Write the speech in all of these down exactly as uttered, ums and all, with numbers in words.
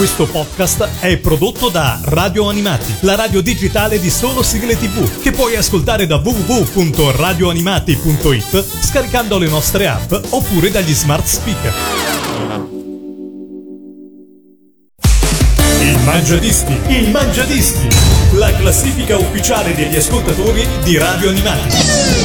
Questo podcast è prodotto da Radio Animati, la radio digitale di solo sigle tivù, che puoi ascoltare da w w w punto radio animati punto i t scaricando le nostre app oppure dagli smart speaker. Il Mangiadischi, il Mangiadischi, la classifica ufficiale degli ascoltatori di Radio Animati.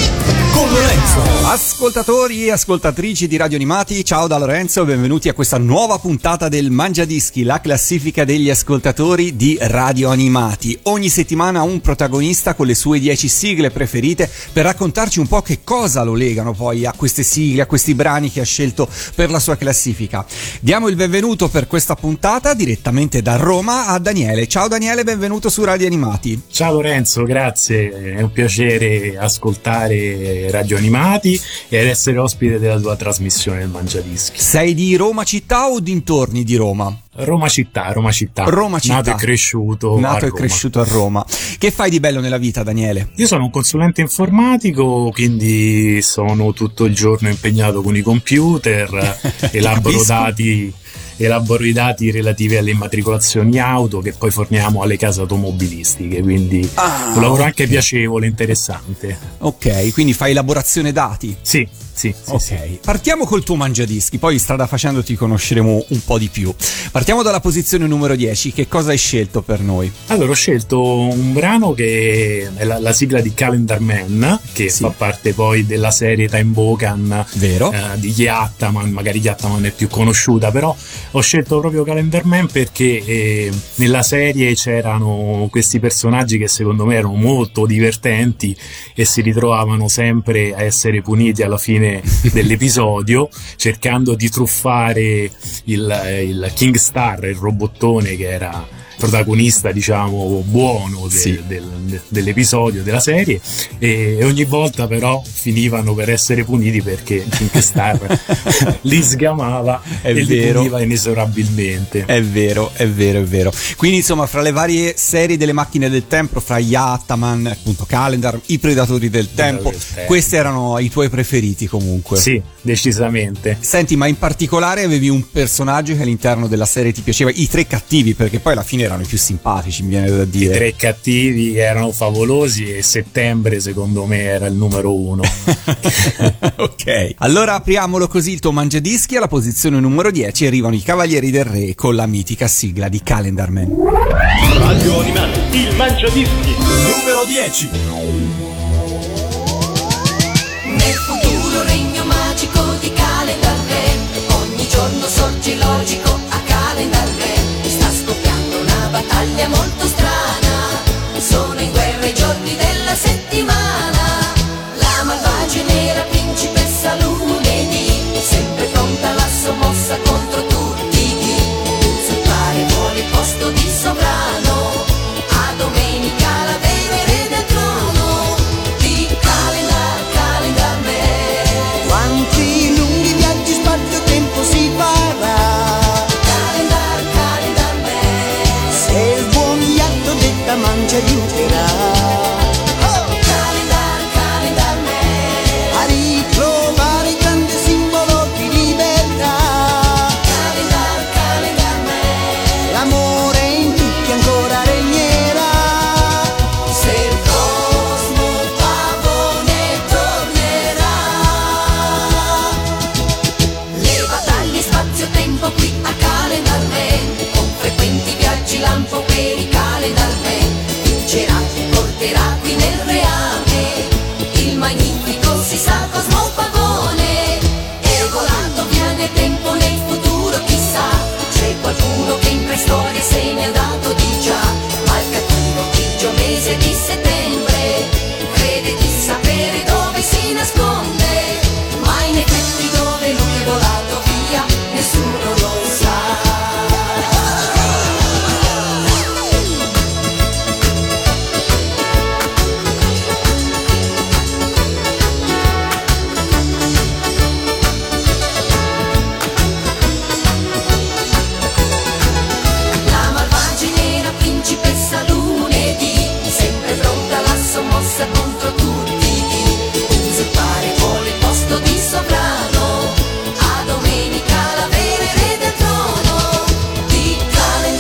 Con Lorenzo. Ascoltatori e ascoltatrici di Radio Animati, ciao da Lorenzo e benvenuti a questa nuova puntata del Mangiadischi, la classifica degli ascoltatori di Radio Animati. Ogni settimana un protagonista con le sue dieci sigle preferite per raccontarci un po' che cosa lo legano poi a queste sigle, a questi brani che ha scelto per la sua classifica. Diamo il benvenuto per questa puntata direttamente da Roma a Daniele. Ciao Daniele, benvenuto su Radio Animati. Ciao Lorenzo, grazie, è un piacere ascoltare Radio Animati ed essere ospite della tua trasmissione del Mangiadischi. Sei di Roma città o dintorni di Roma? Roma città, Roma città. Roma città. Nato e cresciuto Nato a e Roma. cresciuto a Roma. Che fai di bello nella vita, Daniele? Io sono un consulente informatico, quindi sono tutto il giorno impegnato con i computer, elaboro dati elaboro i dati relativi alle immatricolazioni auto che poi forniamo alle case automobilistiche, quindi ah. un lavoro anche piacevole, interessante. Ok, quindi fai elaborazione dati? Sì, sì, sì, ok. Sì. Partiamo col tuo Mangiadischi, poi strada facendo ti conosceremo un po' di più. Partiamo dalla posizione numero dieci, che cosa hai scelto per noi? Allora, ho scelto un brano che è la, la sigla di Calendar Man, che sì. fa parte poi della serie Time Bokan. Vero? Eh, di Yattaman, magari Yattaman è più conosciuta, però ho scelto proprio Calendar Man perché eh, nella serie c'erano questi personaggi che secondo me erano molto divertenti e si ritrovavano sempre a essere puniti alla fine dell'episodio, cercando di truffare il, il King Star, il robottone che era protagonista, diciamo, buono de, sì. del, de, dell'episodio, della serie, e ogni volta però finivano per essere puniti perché King Star li sgamava è e vero. li puniva inesorabilmente. È vero, è vero, è vero. Quindi insomma, fra le varie serie delle macchine del tempo, fra Yattaman, appunto Calendar, i Predatori del Tempo, del tempo. questi erano i tuoi preferiti comunque. Sì, decisamente. Senti, ma in particolare avevi un personaggio che all'interno della serie ti piaceva? I tre cattivi, perché poi alla fine erano i più simpatici, mi viene da dire. I tre cattivi erano favolosi e Settembre secondo me era il numero uno. Ok, allora apriamolo così il tuo Mangiadischi. Alla posizione numero dieci arrivano i Cavalieri del Re con la mitica sigla di Calendar Man. Radio Animati, il Mangiadischi numero dieci. Nel futuro regno magico di Calendar Man, ogni giorno sorge logico a Calendar Man. Sta scoppiando una battaglia molto strana, sono in guerra i giorni della settimana. La malvagia nera principessa lunedì, sempre pronta alla sommossa contro tutti. Usurpare vuole il posto di sovrano, a domenica la venere del trono di Calendar, Calendar Man. Quanti lunghi viaggi spazio-tempo si farà, Calendar, Calendar Man. se il buon Yatto detta mancia aiuterà Calendar, Calendar Man. a ritrovare il grande simbolo di libertà. Calendar, Calendar Man. L'amore in tutti ancora regnerà. Se il cosmo pavone tornerà. Le battaglie spazio-tempo qui a Calendar Man, con frequenti viaggi lampo per i Calendar Man. Vincerà chi porterà qui nel reame il magnifico si sa cosmo pavone. Egolato viene tempo nel futuro, chissà, c'è qualcuno che in preistoria se n'è andato di già. Ma il cattivo grigio mese di settembre crede di sapere dove si nasconde, ma in effetti dove lui è volato via nessuno lo sa. La malvagia nera principessa lunedì, sempre pronta alla sommossa contro tutti. Usurpare vuole il posto di sovrano, a domenica la venere del trono di Calendar.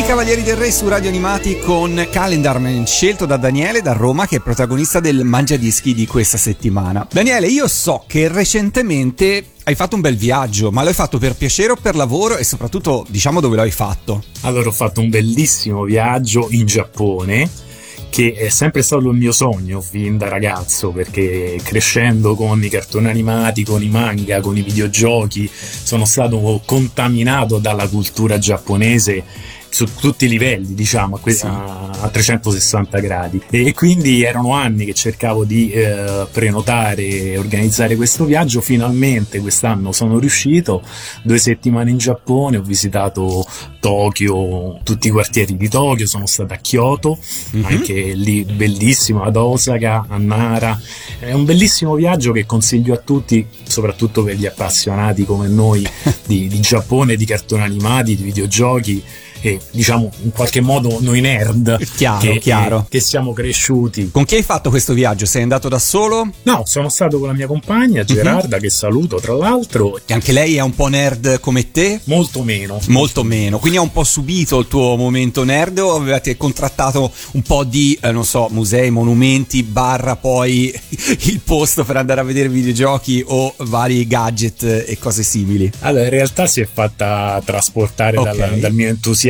Cavalieri del Re su Radio Animati con Calendarman, scelto da Daniele da Roma, che è protagonista del Mangiadischi di questa settimana. Daniele, io so che recentemente hai fatto un bel viaggio, ma l'hai fatto per piacere o per lavoro, e soprattutto diciamo dove l'hai fatto? Allora, ho fatto un bellissimo viaggio in Giappone, che è sempre stato il mio sogno fin da ragazzo, perché crescendo con i cartoni animati, con i manga, con i videogiochi, sono stato contaminato dalla cultura giapponese su tutti i livelli, diciamo, a, que- sì. a, a trecentosessanta gradi, e quindi erano anni che cercavo di eh, prenotare e organizzare questo viaggio. Finalmente quest'anno sono riuscito, due settimane in Giappone, ho visitato Tokyo, tutti i quartieri di Tokyo, sono stato a Kyoto, mm-hmm. anche lì bellissimo, ad Osaka, a Nara. È un bellissimo viaggio che consiglio a tutti, soprattutto per gli appassionati come noi di, di Giappone, di cartoni animati, di videogiochi, e diciamo in qualche modo noi nerd chiaro, che, chiaro. che siamo cresciuti. Con chi hai fatto questo viaggio? Sei andato da solo? No, sono stato con la mia compagna Gerarda, uh-huh. che saluto tra l'altro. E anche lei è un po' nerd come te? Molto meno. Molto meno, quindi ha un po' subito il tuo momento nerd, o avevate contrattato un po' di, eh, non so, musei, monumenti, barra poi il posto per andare a vedere videogiochi o vari gadget e cose simili? Allora, in realtà si è fatta trasportare okay. dal, dal mio entusiasmo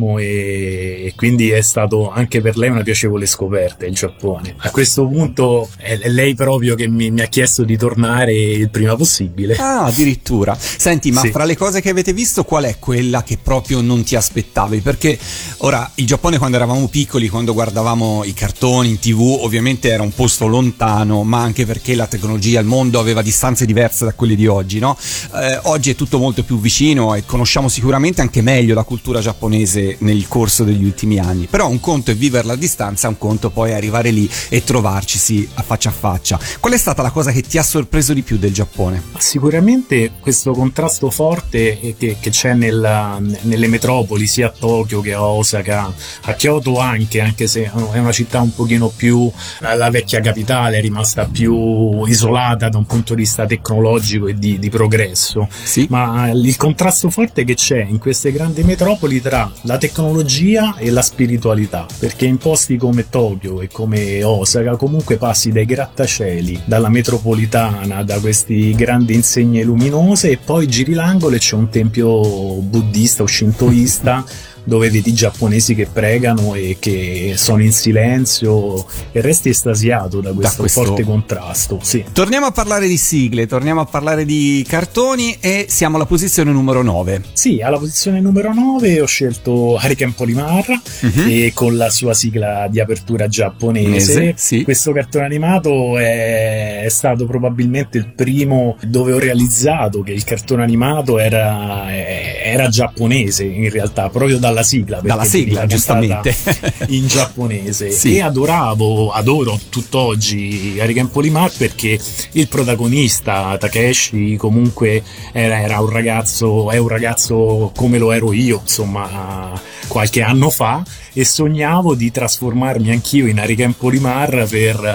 e, e quindi è stato anche per lei una piacevole scoperta il Giappone. A questo punto è, è lei proprio che mi, mi ha chiesto di tornare il prima possibile. Ah, addirittura. Senti, ma sì. fra le cose che avete visto, qual è quella che proprio non ti aspettavi? Perché ora il Giappone, quando eravamo piccoli, quando guardavamo i cartoni in tv, ovviamente era un posto lontano, ma anche perché la tecnologia, il mondo aveva distanze diverse da quelle di oggi, no? Eh, oggi è tutto molto più vicino e conosciamo sicuramente anche meglio la cultura giapponese nel corso degli ultimi anni, però un conto è viverla a distanza, un conto poi è arrivare lì e trovarcisi a faccia a faccia. Qual è stata la cosa che ti ha sorpreso di più del Giappone? Sicuramente questo contrasto forte che, che c'è nella, nelle metropoli, sia a Tokyo che a Osaka, a Kyoto anche, anche se è una città un pochino più, la vecchia capitale è rimasta più isolata da un punto di vista tecnologico e di, di progresso, sì. ma il contrasto forte che c'è in queste grandi metropoli tra la tecnologia e la spiritualità, perché in posti come Tokyo e come Osaka comunque passi dai grattacieli, dalla metropolitana, da questi grandi insegne luminose, e poi giri l'angolo e c'è un tempio buddista o shintoista dove vedi i giapponesi che pregano e che sono in silenzio, e resti estasiato da questo, da questo forte contrasto. Sì. Torniamo a parlare di sigle, torniamo a parlare di cartoni, e siamo alla posizione numero nove. Sì, alla posizione numero nove ho scelto Hariken Polymarra, uh-huh. e con la sua sigla di apertura giapponese. Mese, sì. Questo cartone animato è, è stato probabilmente il primo dove ho realizzato che il cartone animato era, era giapponese in realtà, proprio da dalla sigla, dalla sigla giustamente in giapponese. Sì. E adoravo, adoro tutt'oggi Hariken Polymarra perché il protagonista Takeshi comunque era, era un ragazzo, è un ragazzo come lo ero io, insomma, qualche anno fa, e sognavo di trasformarmi anch'io in Hariken Polymarra per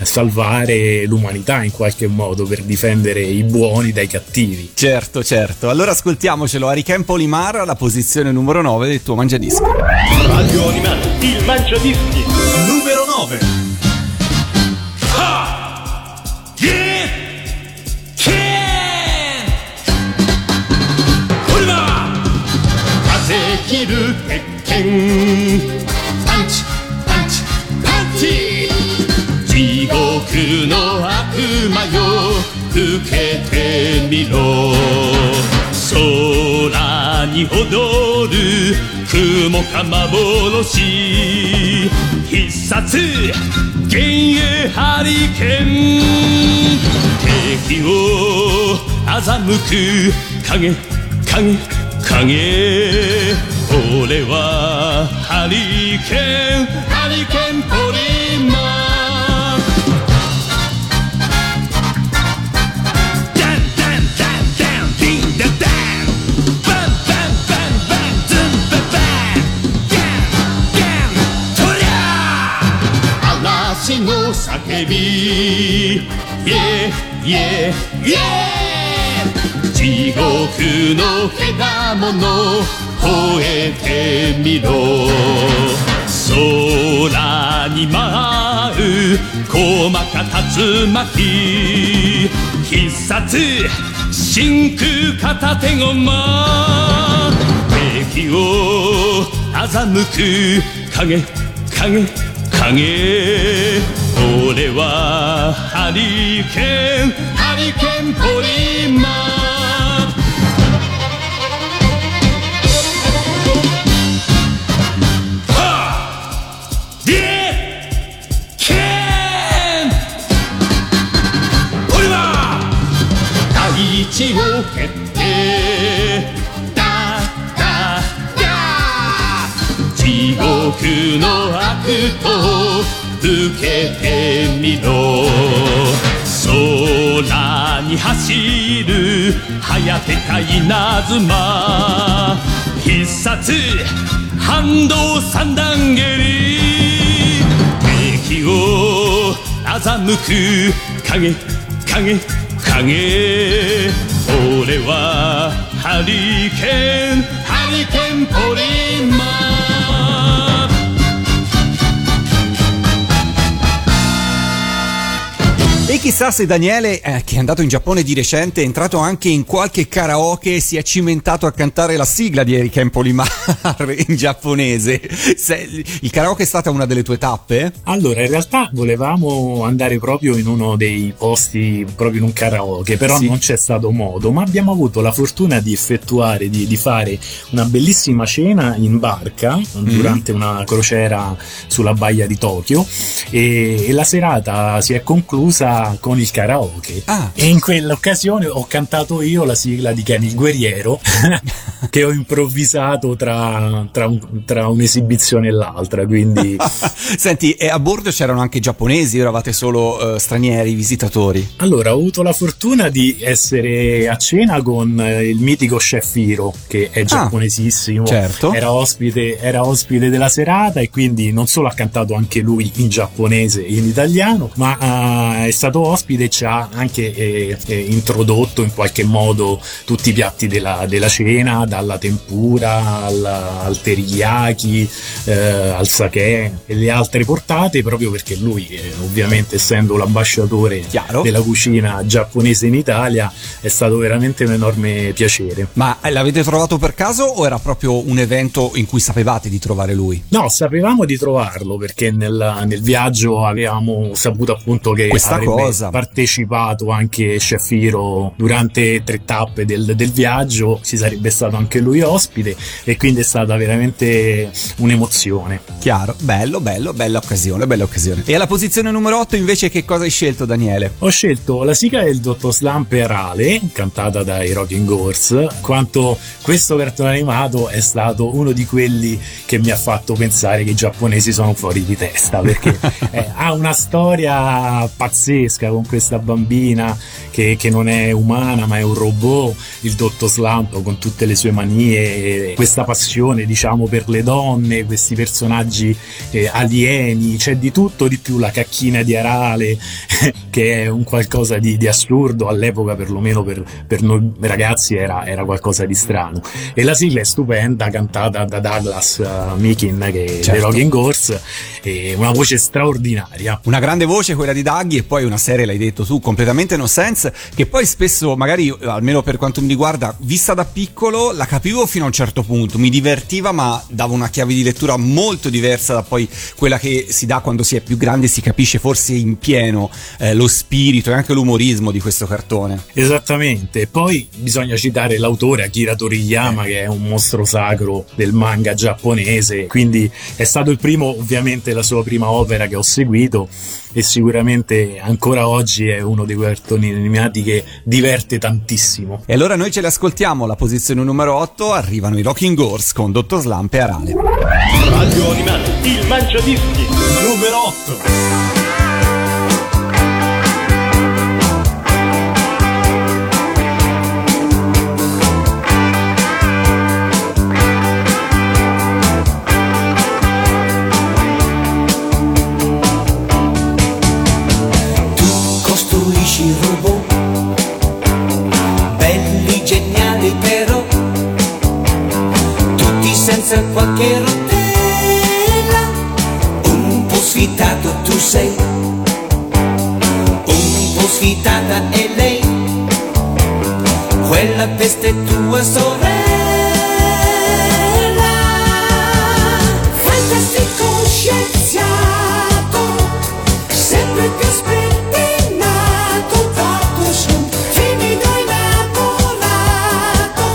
salvare l'umanità in qualche modo, per difendere i buoni dai cattivi. Certo, certo. Allora ascoltiamocelo, Hariken Polymarra, la posizione numero nove del tuo Mangiadischi. Radio Animati, il Mangiadischi numero nove. Ha! Yeah! Ken! Polymarra! Kazekiru Tekken! Punch! Punch! Punch! 地獄の悪魔よ受けてみろ空に踊る雲か幻必殺幻影ハリケン敵を欺く影影影俺はハリケンハリケンポリマーの叫び Yeah, yeah, yeah 地獄のけだものえてみろ空に舞う細か竜巻必殺真空片手駒敵を欺く影影影俺はハリケーンハリケーンポリマー地を蹴ってダーダーダー地獄の悪と受けてみろ空に走るはてか稲妻必殺反動三段蹴り敵を欺く影影影俺はハリケーンハリケーンポリマー E chissà se Daniele, eh, che è andato in Giappone di recente, è entrato anche in qualche karaoke e si è cimentato a cantare la sigla di Eric Polimar in giapponese. Se, il karaoke è stata una delle tue tappe? Allora, in realtà volevamo andare proprio in uno dei posti, proprio in un karaoke, però sì. Non c'è stato modo, ma abbiamo avuto la fortuna di effettuare, di, di fare una bellissima cena in barca mm. durante una crociera sulla baia di Tokyo e, e la serata si è conclusa con il karaoke ah. e in quell'occasione ho cantato io la sigla di Kenny il Guerriero che ho improvvisato tra, tra, un, tra un'esibizione e l'altra, quindi senti, e a bordo c'erano anche giapponesi o eravate solo uh, stranieri visitatori? Allora, ho avuto la fortuna di essere a cena con eh, il mitico Chef Hiro, che è giapponesissimo, ah, certo. era ospite era ospite della serata e quindi non solo ha cantato anche lui in giapponese e in italiano, ma uh, è stato ospite e ci ha anche eh, eh, introdotto in qualche modo tutti i piatti della, della cena, dalla tempura al, al teriyaki, eh, al sake e le altre portate, proprio perché lui eh, ovviamente essendo l'ambasciatore Chiaro. della cucina giapponese in Italia è stato veramente un enorme piacere. Ma l'avete trovato per caso o era proprio un evento in cui sapevate di trovare lui? No, sapevamo di trovarlo perché nel, nel viaggio avevamo saputo appunto che Questa avrebbe cosa. partecipato anche Chef Hiro durante tre tappe del, del viaggio, ci sarebbe stato anche lui ospite e quindi è stata veramente un'emozione. Chiaro, bello, bello, bella occasione, bella occasione. E alla posizione numero otto invece che cosa hai scelto, Daniele? Ho scelto la sigla del Dottor Slump Arale, cantata dai Rocking Horse, quanto questo cartone animato è stato uno di quelli che mi ha fatto pensare che i giapponesi sono fuori di testa, perché eh, ha una storia pazzesca con questa bambina che, che non è umana ma è un robot, il Dottor Slump con tutte le sue manie, questa passione diciamo per le donne, questi personaggi eh, alieni, c'è di tutto di più, la cacchina di Arale che è un qualcosa di, di assurdo all'epoca, perlomeno per, per noi ragazzi era, era qualcosa di strano, e la sigla è stupenda, cantata da Douglas uh, Mikin che certo. dei Rocking Horse, e una voce straordinaria, una grande voce quella di Daggy, e poi una serie, l'hai detto tu, completamente no sense, che poi spesso magari, almeno per quanto mi riguarda, vista da piccolo la capivo fino a un certo punto, mi divertiva ma dava una chiave di lettura molto diversa da poi quella che si dà quando si è più grande e si capisce forse in pieno eh, lo spirito e anche l'umorismo di questo cartone. Esattamente, poi bisogna citare l'autore Akira Toriyama, eh. che è un mostro sacro del manga giapponese, quindi è stato il primo, ovviamente la sua prima opera che ho seguito, e sicuramente ancora oggi è uno dei cartoni animati che diverte tantissimo. E allora noi ce le ascoltiamo, la posizione numero otto, arrivano i Rocking Horse con Dottor Slump e Arale. Radio Animati, il Mangiadischi numero otto. Costruisci robot belli, geniali però, è lei, quella peste è tua sorella. Fantastico scienziato, sempre più spettinato, troppo su, timido innamorato,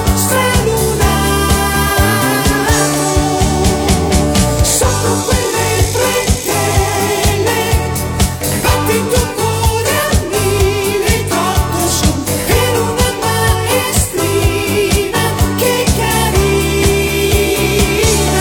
stralunato. Sopra quelle tre tele, batti il tuo cuore a mille, troppo su, per una maestrina che carina.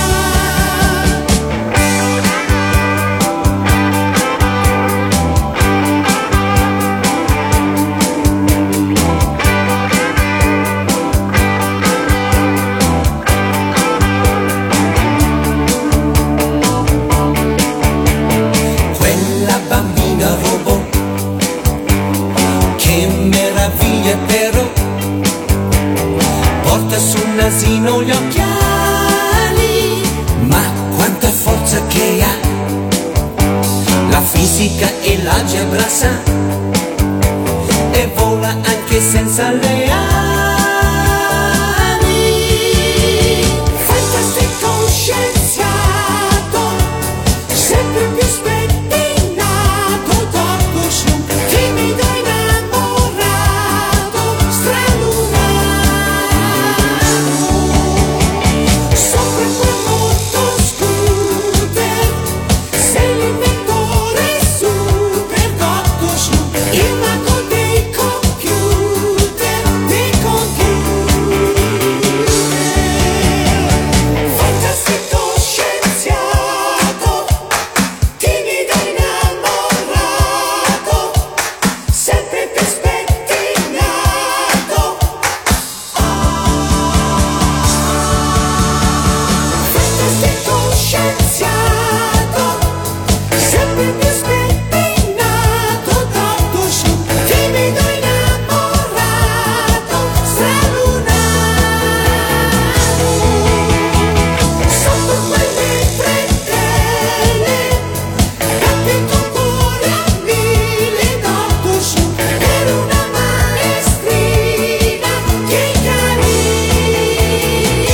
Quella bambina robot, che meraviglia però, porta sul nasino gli occhiali, ma quanta forza che ha, la fisica e l'algebra sa, e vola anche senza le ali. Fantastico scienziato, sempre più spettinato, troppo su, timido innamorato, stralunato. Sopra quel moto scooter, sei l'inventore super, troppo su, il mago dei computer, dei computer. Fantastico scienziato, timido innamorato, sempre più spettinato. Fantastico scienziato, sempre più spettinato, troppo su, timido innamorato, stralunato. Sotto quelle tre tele, batti il tuo cuore a mille, troppo su, per una maestrina che carina.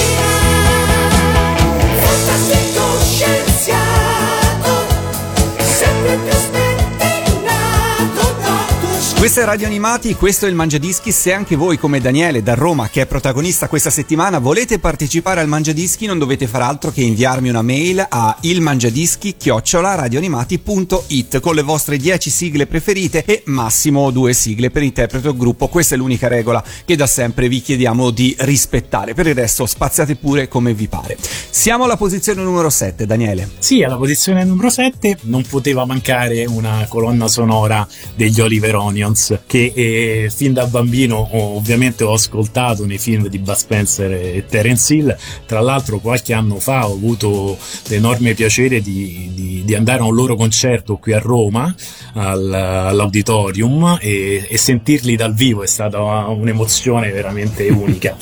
Fantastico scienziato, sempre più spettinato, troppo su. Questa è Radio Animati, questo è il Mangiadischi. Se anche voi come Daniele da Roma, che è protagonista questa settimana, volete partecipare al Mangiadischi, non dovete far altro che inviarmi una mail a ilmangiadischi chiocciola radioanimati punto it con le vostre dieci sigle preferite e massimo due sigle per interprete o gruppo. Questa è l'unica regola che da sempre vi chiediamo di rispettare. Per il resto spaziate pure come vi pare. Siamo alla posizione numero sette, Daniele. Sì, alla posizione numero sette non poteva mancare una colonna sonora degli Oliver Onions, che eh, fin da bambino ho- ovviamente ho ascoltato nei film di Bud Spencer e Terence Hill. Tra l'altro qualche anno fa ho avuto l'enorme piacere di, di, di andare a un loro concerto qui a Roma al, all'Auditorium e, e sentirli dal vivo è stata un'emozione veramente unica.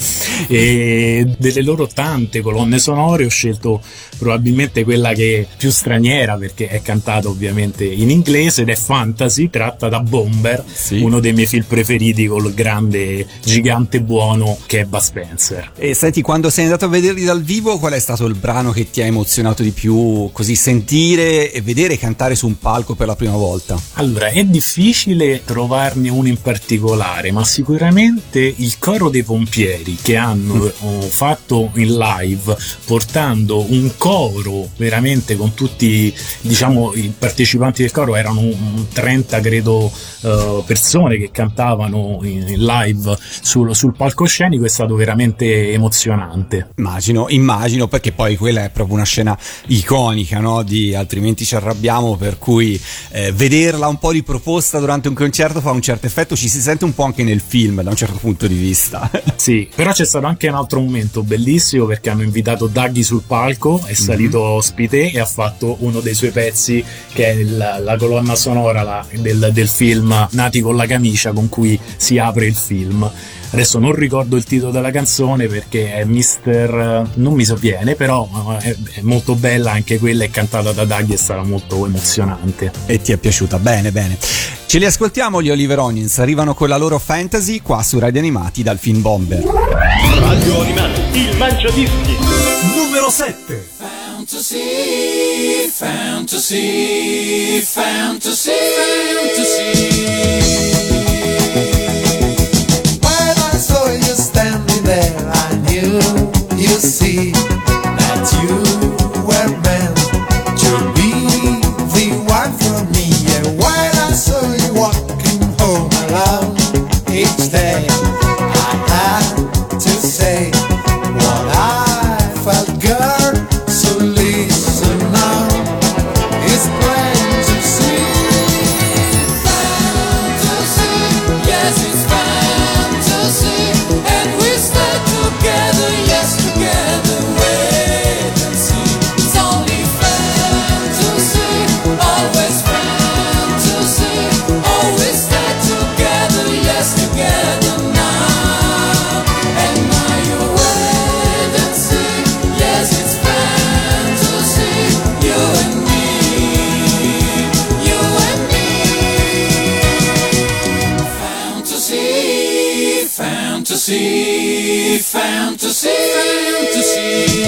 E delle loro tante colonne sonore ho scelto probabilmente quella che è più straniera, perché è cantata ovviamente in inglese ed è fantasy, tratta da Bomber, Sì. uno dei miei film preferiti col grande gigante buono che è Bud Spencer. E senti, quando sei andato a vederli dal vivo, qual è stato il brano che ti ha emozionato di più, così sentire e vedere cantare su un palco per la prima volta? Allora, è difficile trovarne uno in particolare, ma sicuramente il coro dei pompieri che hanno eh, fatto in live, portando un coro veramente con tutti, diciamo, i partecipanti del coro erano un trenta credo eh, persone che cantavano in, in live sul, sul palcoscenico, è stato veramente emozionante. Immagino, immagino, perché poi quella è proprio una scena iconica, no? Di Altrimenti ci arrabbiamo, per cui eh, vederla un po' riproposta durante un concerto fa un certo effetto, ci si sente un po' anche nel film da un certo punto di vista. Sì, però c'è stato anche un altro momento bellissimo, perché hanno invitato Daggy sul palco, è salito mm-hmm. ospite e ha fatto uno dei suoi pezzi che è la, la colonna sonora la, del, del film Nati con con la camicia con cui si apre il film. Adesso non ricordo il titolo della canzone perché è mister non mi sovviene, però è, è molto bella anche quella, è cantata da Daggy e sarà molto emozionante. E ti è piaciuta? Bene, bene. Ce li ascoltiamo gli Oliver Onions, arrivano con la loro Fantasy qua su Radio Animati dal film Bomber. Radio Animati, il Mangiadischi Numero sette. Fantasy, fantasy, fantasy, fantasy. When I saw you standing there, I knew you see that you were meant to be the one for me. And when I saw you walking home alone each day, I had to say what I felt, girl. So listen now, it's plain to see. Fantasy, yes it's fantasy, and we stay together, yes together, wait and see. It's only fantasy, always fantasy, always stay together, yes together now. And now you wait and see, yes it's fantasy, you and me, you and me. Fantasy, fantasy, fantasy, fantasy.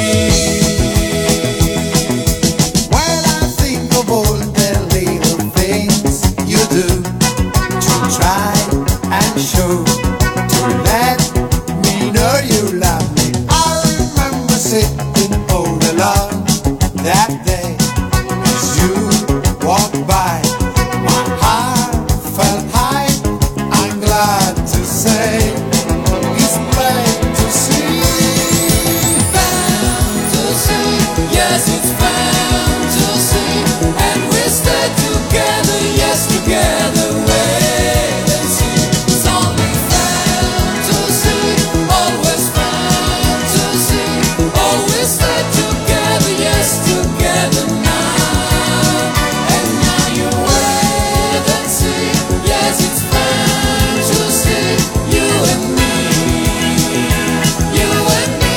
When I think of all the little things you do to try and show, to let me know you love me, I remember sitting all alone that day as you walked by. My heart felt high, I'm glad to say it's plain to see. Fantasy, yes it's fantasy, and we stay together, yes together, wait and see. It's only fantasy, always fantasy, always stay together, yes together now. And now you wait and see, yes it's fantasy, you and me, you and me.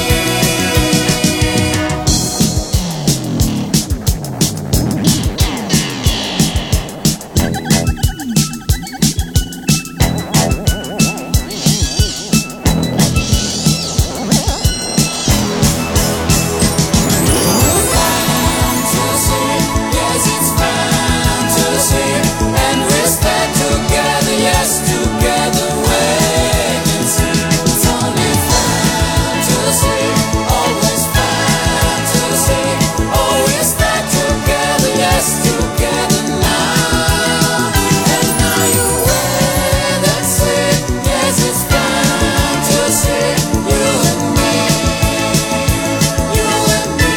Fantasy, yes it's fantasy, and we stay together, yes together, wait and see. It's only fantasy, always fantasy, always stay together, yes together now. And now you wait and see, yes it's fantasy, you and me, you and me.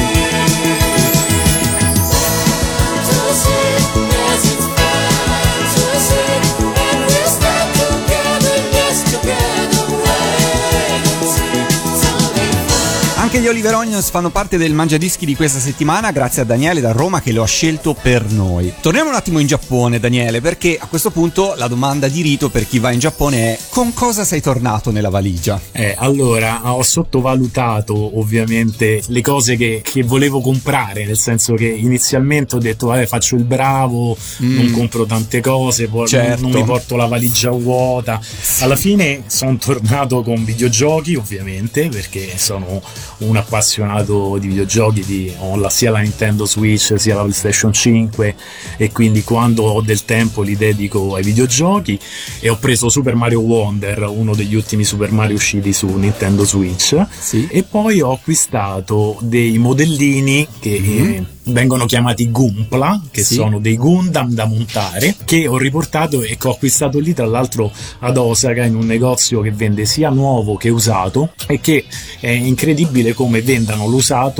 Fantasy, yes it's fantasy, and we stay together, yes together, wait and see. It's only fantasy. Anche gli Oliver Onions fanno parte del Mangiadischi di questa settimana, grazie a Daniele da Roma che lo ha scelto per noi. Torniamo un attimo in Giappone, Daniele, perché a questo punto la domanda di rito per chi va in Giappone è: con cosa sei tornato nella valigia? Eh, allora, ho sottovalutato ovviamente le cose che, che volevo comprare, nel senso che inizialmente ho detto vabbè faccio il bravo, Mm. non compro tante cose, poi Certo. non mi porto la valigia vuota. Alla fine sono tornato con videogiochi, ovviamente, perché sono un appassionato di videogiochi, di, ho la, sia la Nintendo Switch sia la PlayStation cinque, e quindi quando ho del tempo li dedico ai videogiochi, e ho preso Super Mario Wonder, uno degli ultimi Super Mario usciti su Nintendo Switch. Sì. E poi ho acquistato dei modellini che eh, vengono chiamati Gunpla, che Sì. sono dei Gundam da montare, che ho riportato e che ho acquistato lì, tra l'altro ad Osaka, in un negozio che vende sia nuovo che usato, e che è incredibile come vendano l'usato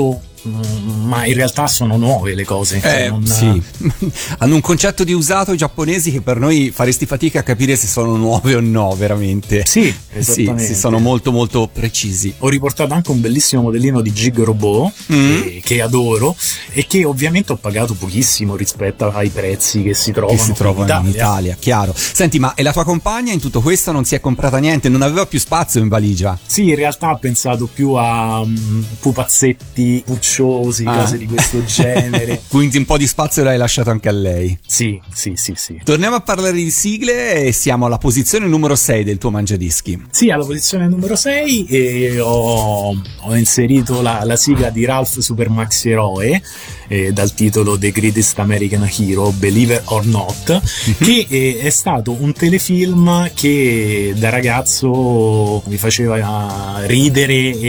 ma in realtà sono nuove le cose. Eh, non... sì. Hanno un concetto di usato i giapponesi che per noi faresti fatica a capire se sono nuove o no, veramente. Sì, sì, sì, sono molto molto precisi. Ho riportato anche un bellissimo modellino di Gig Robot mm. che, che adoro e che ovviamente ho pagato pochissimo rispetto ai prezzi che si trovano, che si trovano in, Italia. in Italia, chiaro. Senti, ma e la tua compagna in tutto questo non si è comprata niente? Non aveva più spazio in valigia? Sì, in realtà ho pensato più a um, pupazzetti pucciosi, ah. cose di questo genere. Quindi un po' di spazio l'hai lasciato anche a lei. Sì, sì, sì, sì. Torniamo a parlare di sigle e siamo alla posizione numero sei del tuo mangiadischi. Sì, alla posizione numero sei e ho, ho inserito la, la sigla di Ralph Super Max Eroe eh, dal titolo The Greatest American Hero, Believer or Not, mm-hmm. che eh, è stato un telefilm che da ragazzo mi faceva ridere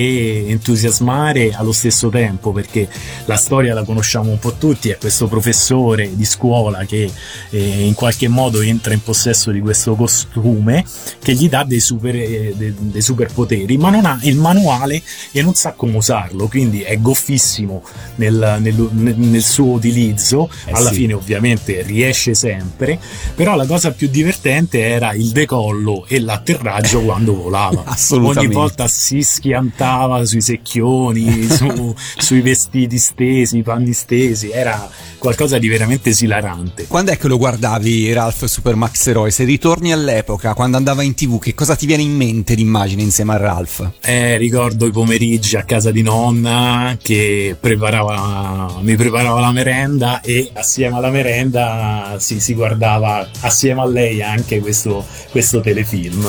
e entusiasmare allo stesso tempo, perché la storia la conosciamo un po' tutti, è questo professore di scuola che eh, in qualche modo entra in possesso di questo costume che gli dà dei super eh, dei, dei superpoteri, ma non ha il manuale e non sa come usarlo, quindi è goffissimo nel, nel, nel suo utilizzo. Eh alla sì. fine ovviamente riesce sempre, però la cosa più divertente era il decollo e l'atterraggio quando volava. Assolutamente. Ogni volta si schiantava sui secchioni, su, sui vestiti stesi, panni stesi, era qualcosa di veramente esilarante. Quando è che lo guardavi Ralph Super Max Eroe? Se ritorni all'epoca, quando andava in tv, che cosa ti viene in mente d'immagine insieme a Ralph? Eh, ricordo i pomeriggi a casa di nonna che preparava, mi preparava la merenda e assieme alla merenda si, si guardava assieme a lei anche questo, questo telefilm.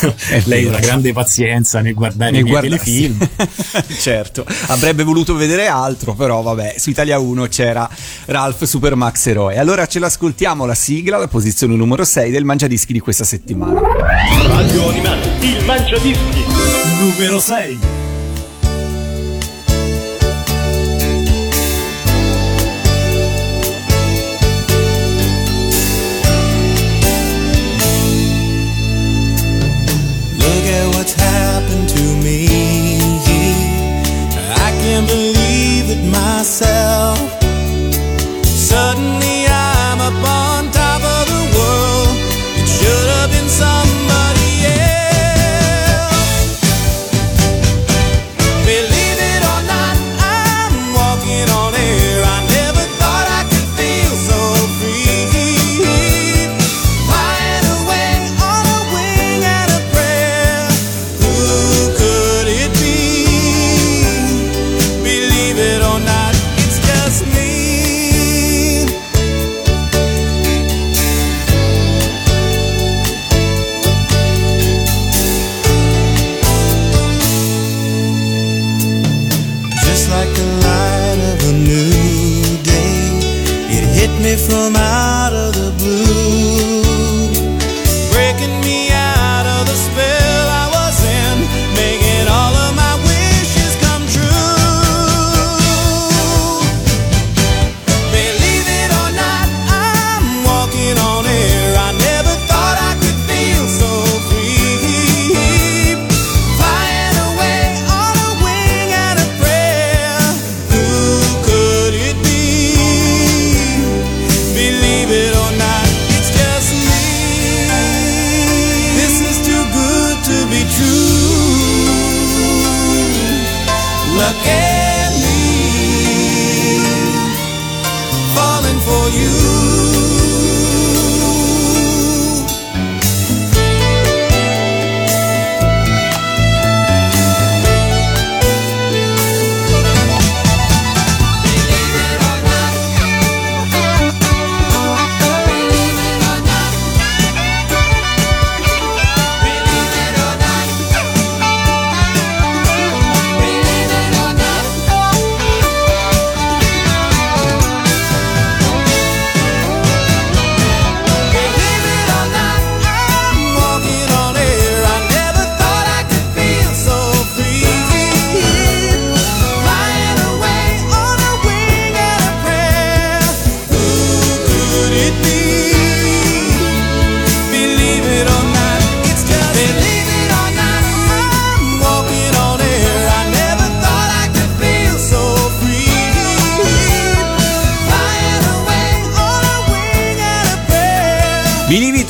Lei una grande pazienza nel guardare nel i miei guarda- telefilm. Certo, avrebbe voluto vedere altro, però vabbè, su Italia uno c'era Ralph Super Max Eroe. Allora ce l'ascoltiamo la sigla, la posizione numero sei del Mangiadischi di questa settimana. Radio Animati, il Mangiadischi numero sei. Look at what's happened to me. I can't believe it myself. Suddenly I'm up on top of the world. It should have been somebody else. Believe it or not, I'm walking on air. I never thought I could feel so free. Flying away on a wing and a prayer. Who could it be? Believe it or not, it's just me. Like the light of a new day, it hit me from out of the blue, breaking me out of the spell I was in, making all of my wishes come true. Believe it or not, I'm walking on air. I never thought I could feel so free, flying away on a wing and a prayer. Who could it be? Believe it or not, it's just me.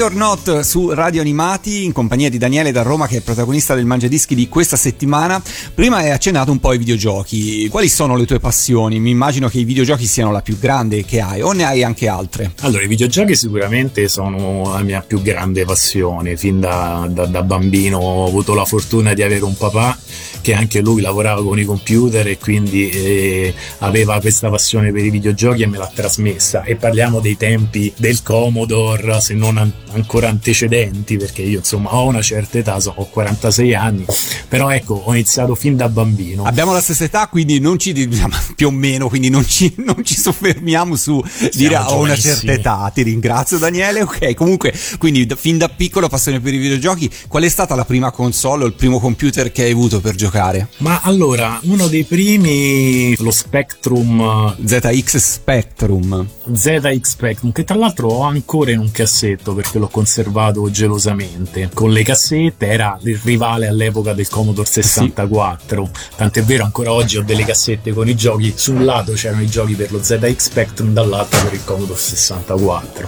or Not su Radio Animati in compagnia di Daniele da Roma, che è il protagonista del Mangiadischi di questa settimana. Prima hai accennato un po' ai videogiochi. Quali sono le tue passioni? Mi immagino che i videogiochi siano la più grande che hai, o ne hai anche altre? Allora, i videogiochi sicuramente sono la mia più grande passione. Fin da, da, da bambino ho avuto la fortuna di avere un papà che anche lui lavorava con i computer e quindi eh, aveva questa passione per i videogiochi e me l'ha trasmessa. E parliamo dei tempi del Commodore, se non an- ancora antecedenti, perché io insomma ho una certa età, so, ho quarantasei anni, però ecco, ho iniziato fin da bambino. Abbiamo la stessa età, quindi non ci diciamo, più o meno, quindi non ci, non ci soffermiamo su Siamo dire ho una giovanissimi. certa età. Ti ringrazio, Daniele. Ok, comunque, quindi da, fin da piccolo passione per i videogiochi. Qual è stata la prima console o il primo computer che hai avuto per giocare? Ma allora, uno dei primi, lo Spectrum Z X Spectrum. Z X Spectrum, che tra l'altro ho ancora in un cassetto perché l'ho conservato gelosamente. Con le cassette era il rivale all'epoca del Commodore sessantaquattro. Sì. Tant'è vero, ancora oggi ho delle cassette con i giochi. Sul lato c'erano i giochi per lo Z X Spectrum, dall'altro per il Commodore sessantaquattro.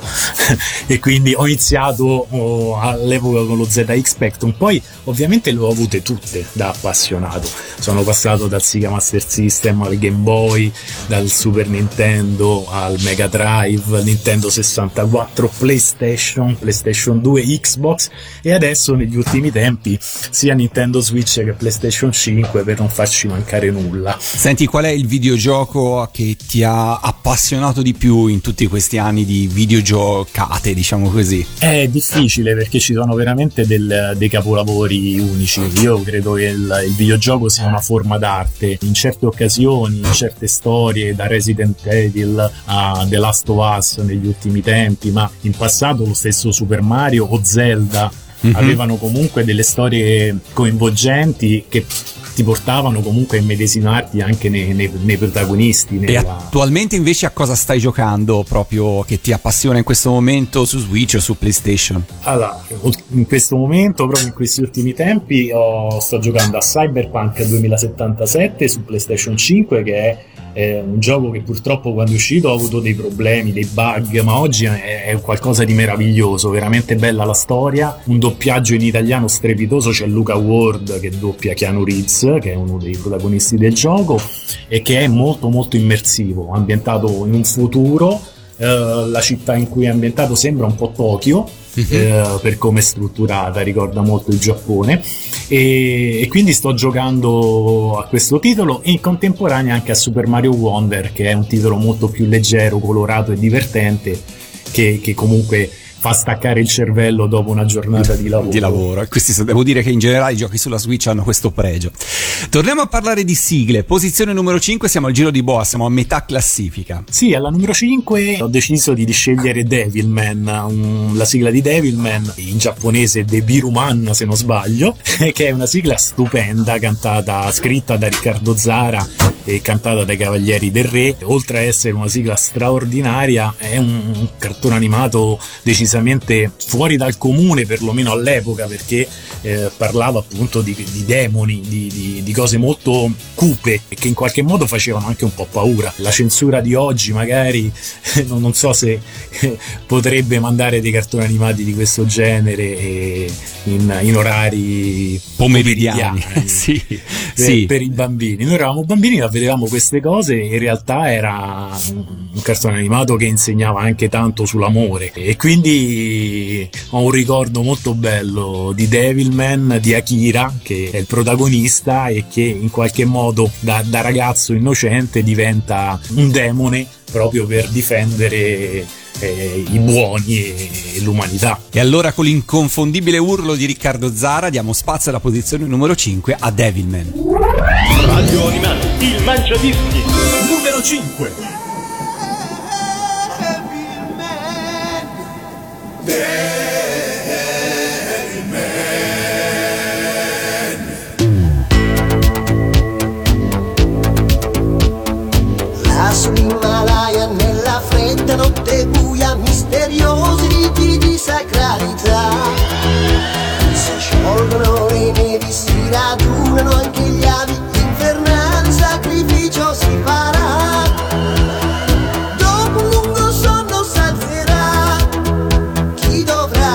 E quindi ho iniziato oh, all'epoca con lo Z X Spectrum. Poi ovviamente le ho avute tutte da appassionato. Sono passato dal Sega Master System al Game Boy, dal Super Nintendo al Mega Drive, Nintendo sessantaquattro, PlayStation, PlayStation due, Xbox e adesso negli ultimi tempi sia Nintendo Switch che PlayStation cinque, per non farci mancare nulla. Senti, qual è il videogioco che ti ha appassionato di più in tutti questi anni di videogiocate, diciamo così? È difficile perché ci sono veramente del, dei capolavori unici. Io credo che il, il videogioco sia una forma d'arte. In certe occasioni, in certe storie, da Resident Evil a The Last of Us negli ultimi tempi, ma in passato lo stesso Super Mario o Zelda mm-hmm. avevano comunque delle storie coinvolgenti che ti portavano comunque a immedesimarti anche nei, nei, nei protagonisti. Nella... E attualmente invece a cosa stai giocando proprio che ti appassiona in questo momento su Switch o su PlayStation? Allora, in questo momento, proprio in questi ultimi tempi, ho, sto giocando a Cyberpunk duemilasettantasette su PlayStation cinque, che è è un gioco che purtroppo quando è uscito ha avuto dei problemi, dei bug, ma oggi è, è qualcosa di meraviglioso, veramente bella la storia, un doppiaggio in italiano strepitoso, c'è Luca Ward che doppia Keanu Reeves, che è uno dei protagonisti del gioco, e che è molto molto immersivo, ambientato in un futuro. Uh, la città in cui è ambientato sembra un po' Tokyo, uh-huh. uh, per come è strutturata, ricorda molto il Giappone, e, e quindi sto giocando a questo titolo e in contemporanea anche a Super Mario Wonder, che è un titolo molto più leggero, colorato e divertente, che, che comunque fa staccare il cervello dopo una giornata di lavoro. Di lavoro. Questi, devo dire che in generale i giochi sulla Switch hanno questo pregio. Torniamo a parlare di sigle. Posizione numero cinque, siamo al giro di boa, siamo a metà classifica. Sì, alla numero cinque ho deciso di scegliere Devilman, un, la sigla di Devilman, in giapponese Debiruman se non sbaglio, che è una sigla stupenda, cantata, scritta da Riccardo Zara e cantata dai Cavalieri del Re. Oltre a essere una sigla straordinaria, è un, un cartone animato decisamente fuori dal comune, perlomeno all'epoca, perché eh, parlava appunto di, di demoni, di, di, di cose molto cupe e che in qualche modo facevano anche un po' paura. La censura di oggi magari non, non so se eh, potrebbe mandare dei cartoni animati di questo genere eh, in, in orari pomeridiani, pomeridiani sì, per, sì. per i bambini. Noi eravamo bambini, ma vedevamo queste cose e in realtà era un, un cartone animato che insegnava anche tanto sull'amore, e quindi ho un ricordo molto bello di Devilman, di Akira, che è il protagonista e che in qualche modo da, da ragazzo innocente diventa un demone proprio per difendere eh, i buoni e, e l'umanità. E allora, con l'inconfondibile urlo di Riccardo Zara, diamo spazio alla posizione numero cinque a Devilman. Radio Animati, il Mangiadischi numero cinque. Sull'Himalaya, nella fredda notte buia, misteriosi riti di sacralità. Si sciolgono le nevi, si radunano anche gli avi, infernale sacrificio si farà. Dopo un lungo sonno s'alzerà chi dovrà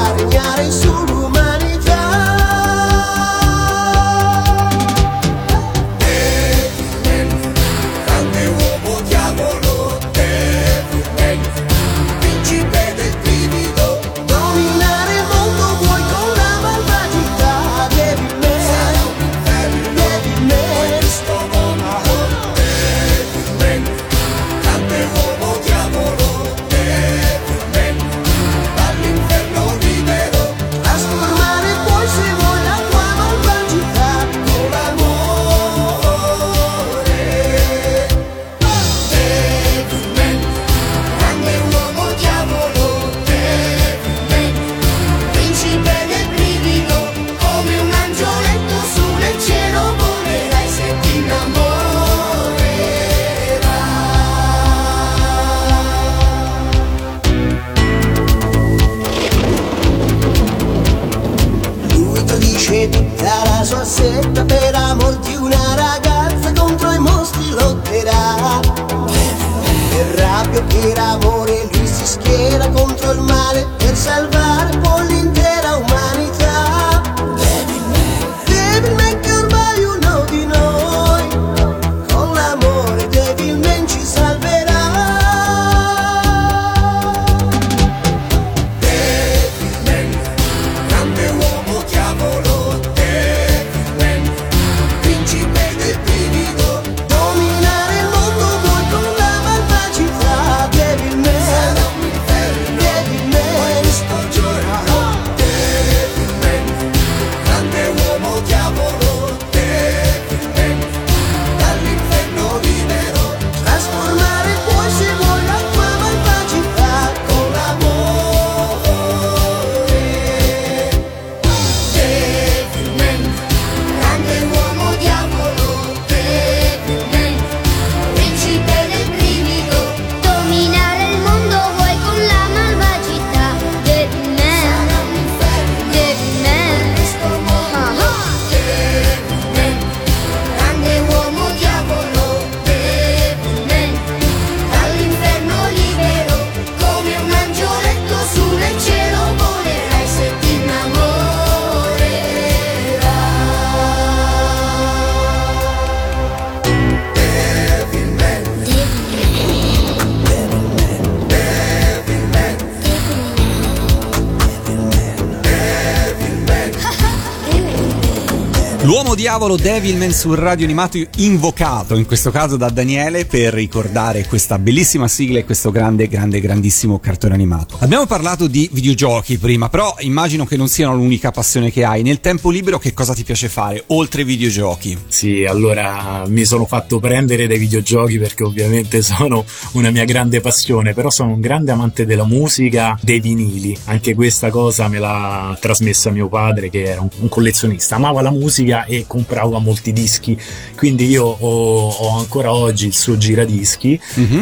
unisce tutta la sua setta per amor di una ragazza contro i mostri lotterà. Per rabbia, per amore lui si schiera contro il male per salvare poi l'intera umanità. Devilman che ormai uno di noi, con l'amore Devilman ci salverà. Devilman, grande uomo diavolo, Devilman, principe del brivido, dominare il mondo vuoi con la malvagità. Devilman, sarà un inferno, Devilman, questo giorno. Devilman, grande uomo diavolo, Devilman, dall'inferno libero, trasformare puoi se vuoi la tua malvagità con l'amore. Devilman, grande uomo diavolo, Devilman, principe del brivido, Dominare il mondo vuoi con la malvagità. Devilman, Devilman, questo mondo. Devilman, grande uomo diavolo, Devilman, dall'inferno libero, come un angioletto su nel cielo volerai se ti innamorerai. Devilman, L'uomo diavolo Devilman sul radio animato, invocato in questo caso da Daniele per ricordare questa bellissima sigla e questo grande, grande, grandissimo cartone animato. Abbiamo parlato di videogiochi prima, però immagino che non siano l'unica passione che hai. Nel tempo libero che cosa ti piace fare oltre ai videogiochi? Sì, allora mi sono fatto prendere dai videogiochi perché ovviamente sono una mia grande passione, però sono un grande amante della musica, dei vinili. Anche questa cosa me l'ha trasmessa mio padre, che era un, un collezionista, amava la musica e comprava molti dischi, quindi io ho, ho ancora oggi il suo giradischi. Mm-hmm.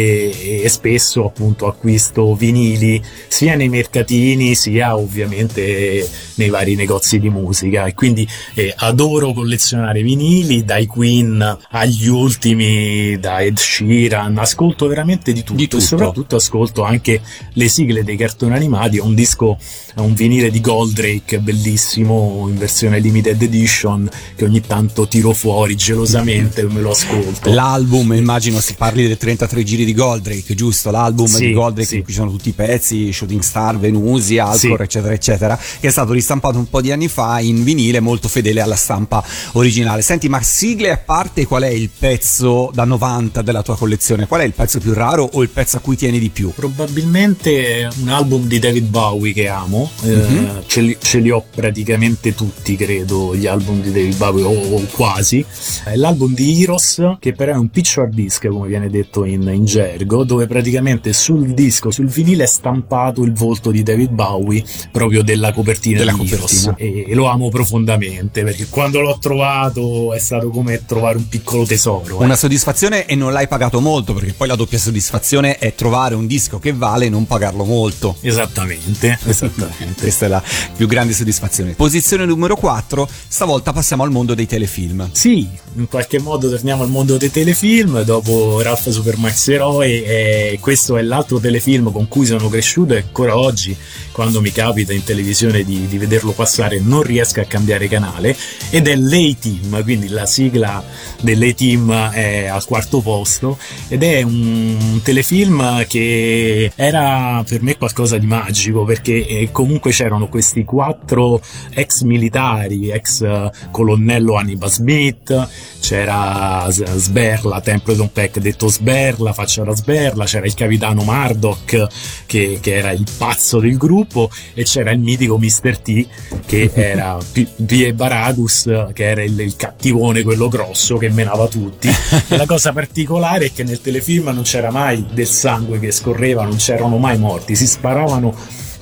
e, e spesso appunto acquisto vinili sia nei mercatini sia ovviamente nei vari negozi di musica, e quindi eh, adoro collezionare vinili, dai Queen agli ultimi, da Ed Sheeran, ascolto veramente di tutto, Di tutto. E soprattutto ascolto anche le sigle dei cartoni animati. Ho un disco, un vinile di Goldrake bellissimo in versione limited edition che ogni tanto tiro fuori gelosamente e me lo ascolto. L'album, immagino si parli del trentatré giri di Goldrake, giusto? L'album Sì, di Goldrake sì. in cui ci sono tutti i pezzi, Shooting Star, Venusi, Alcor, Sì. eccetera eccetera, che è stato ristampato un po' di anni fa in vinile, molto fedele alla stampa originale. Senti, ma sigle a parte, qual è il pezzo da novanta della tua collezione? Qual è il pezzo più raro o il pezzo a cui tieni di più? Probabilmente un album di David Bowie che amo. Mhm. eh, ce, li, ce li ho praticamente tutti, credo, gli album di David Bowie, o, o quasi. È l'album di Heroes, che però è un picture disc, come viene detto in, in gergo, dove praticamente sul disco, sul vinile è stampato il volto di David Bowie, proprio della copertina Della di copertina. Heroes, e, e lo amo profondamente perché quando l'ho trovato è stato come trovare un piccolo tesoro. eh. Una soddisfazione, e non l'hai pagato molto, perché poi la doppia soddisfazione è trovare un disco che vale e non pagarlo molto. Esattamente, esattamente. Questa è la più grande soddisfazione. Posizione numero quattro, stavolta passiamo al mondo dei telefilm. Sì, in qualche modo torniamo al mondo dei telefilm dopo Ralph Super Max Eroe, e questo è l'altro telefilm con cui sono cresciuto e ancora oggi, quando mi capita in televisione di, di vederlo passare, non riesco a cambiare canale, ed è l'A-Team, quindi la sigla dell'A-Team è al quarto posto, ed è un telefilm che era per me qualcosa di magico, perché eh, comunque c'erano questi quattro ex militari, ex eh, colonnello Hannibal Smith, c'era S- Sberla, Templeton Peck detto Sberla, faccia da Sberla, c'era il capitano Murdoch che, che era il pazzo del gruppo, e c'era il mitico mister T che era P- P. Baragus, che era il, il cattivone, quello grosso che menava tutti. E la cosa particolare è che nel telefilm non c'era mai del sangue che scorreva, non c'erano mai morti, si sparavano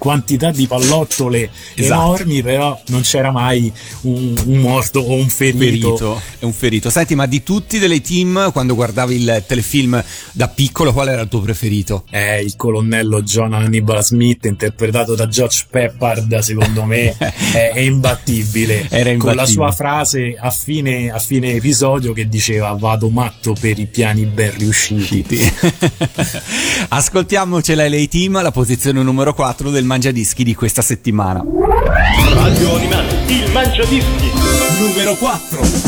quantità di pallottole Esatto. enormi, però non c'era mai un, un morto o un ferito. ferito, è un ferito. Senti, ma di tutti delle team, quando guardavi il telefilm da piccolo, qual era il tuo preferito? Eh, il colonnello John Hannibal Smith, interpretato da George Peppard, secondo me è, è imbattibile. Era imbattibile. Con la sua frase a fine, a fine episodio che diceva: vado matto per i piani ben riusciti. Ascoltiamocela lei team, la posizione numero quattro del Mangiadischi di questa settimana. Radio Animati, il Mangiadischi Numero quattro.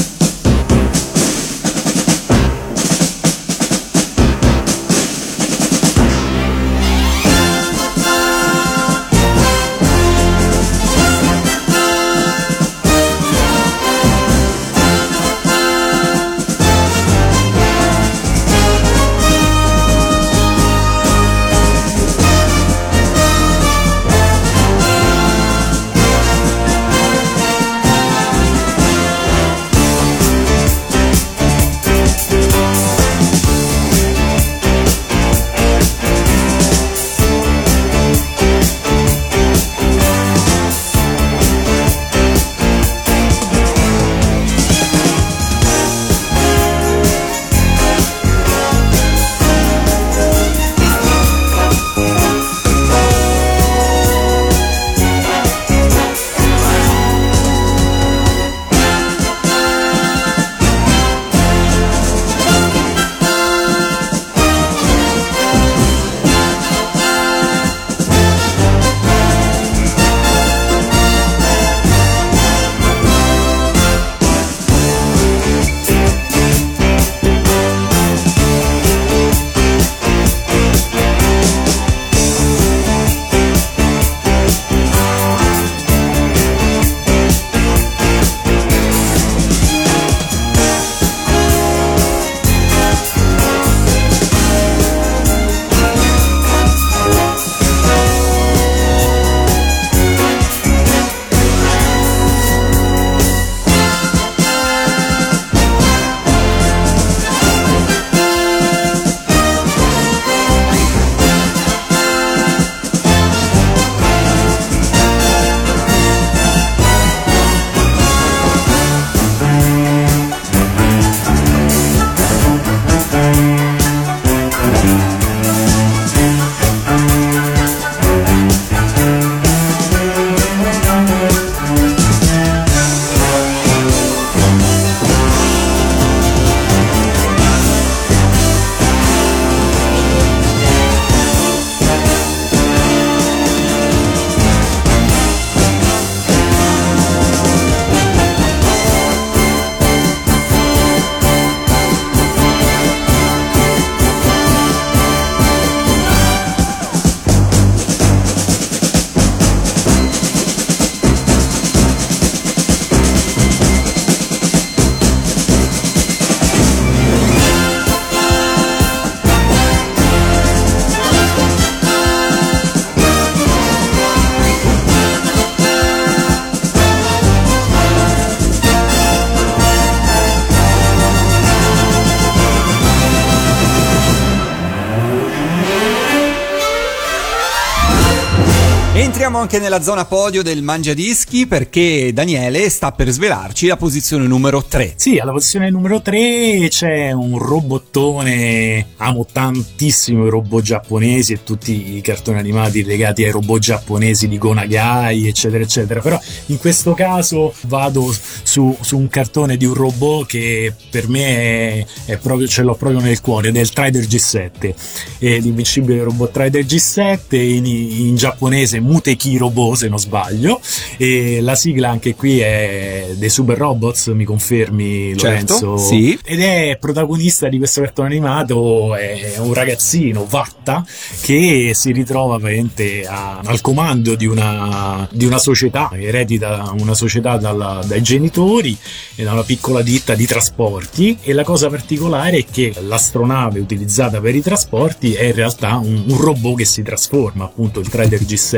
Entriamo anche nella zona podio del Mangiadischi, perché Daniele sta per svelarci la posizione numero tre. Sì, alla posizione numero tre c'è un robottone. Amo tantissimo i robot giapponesi e tutti i cartoni animati legati ai robot giapponesi di Go Nagai, eccetera eccetera, però in questo caso vado su, su un cartone di un robot che per me è, è proprio, ce l'ho proprio nel cuore, ed è il Trider G sette, è l'invincibile robot Trider G sette, in, in giapponese Muteki Robot se non sbaglio, e la sigla anche qui è dei Super Robots, mi confermi Lorenzo? Certo, sì. Ed è protagonista di questo cartone animato, è un ragazzino Vatta che si ritrova veramente a, al comando di una, di una società, eredita una società dalla, dai genitori e da una piccola ditta di trasporti, e la cosa particolare è che l'astronave utilizzata per i trasporti è in realtà un, un robot che si trasforma, appunto il Trider G sette.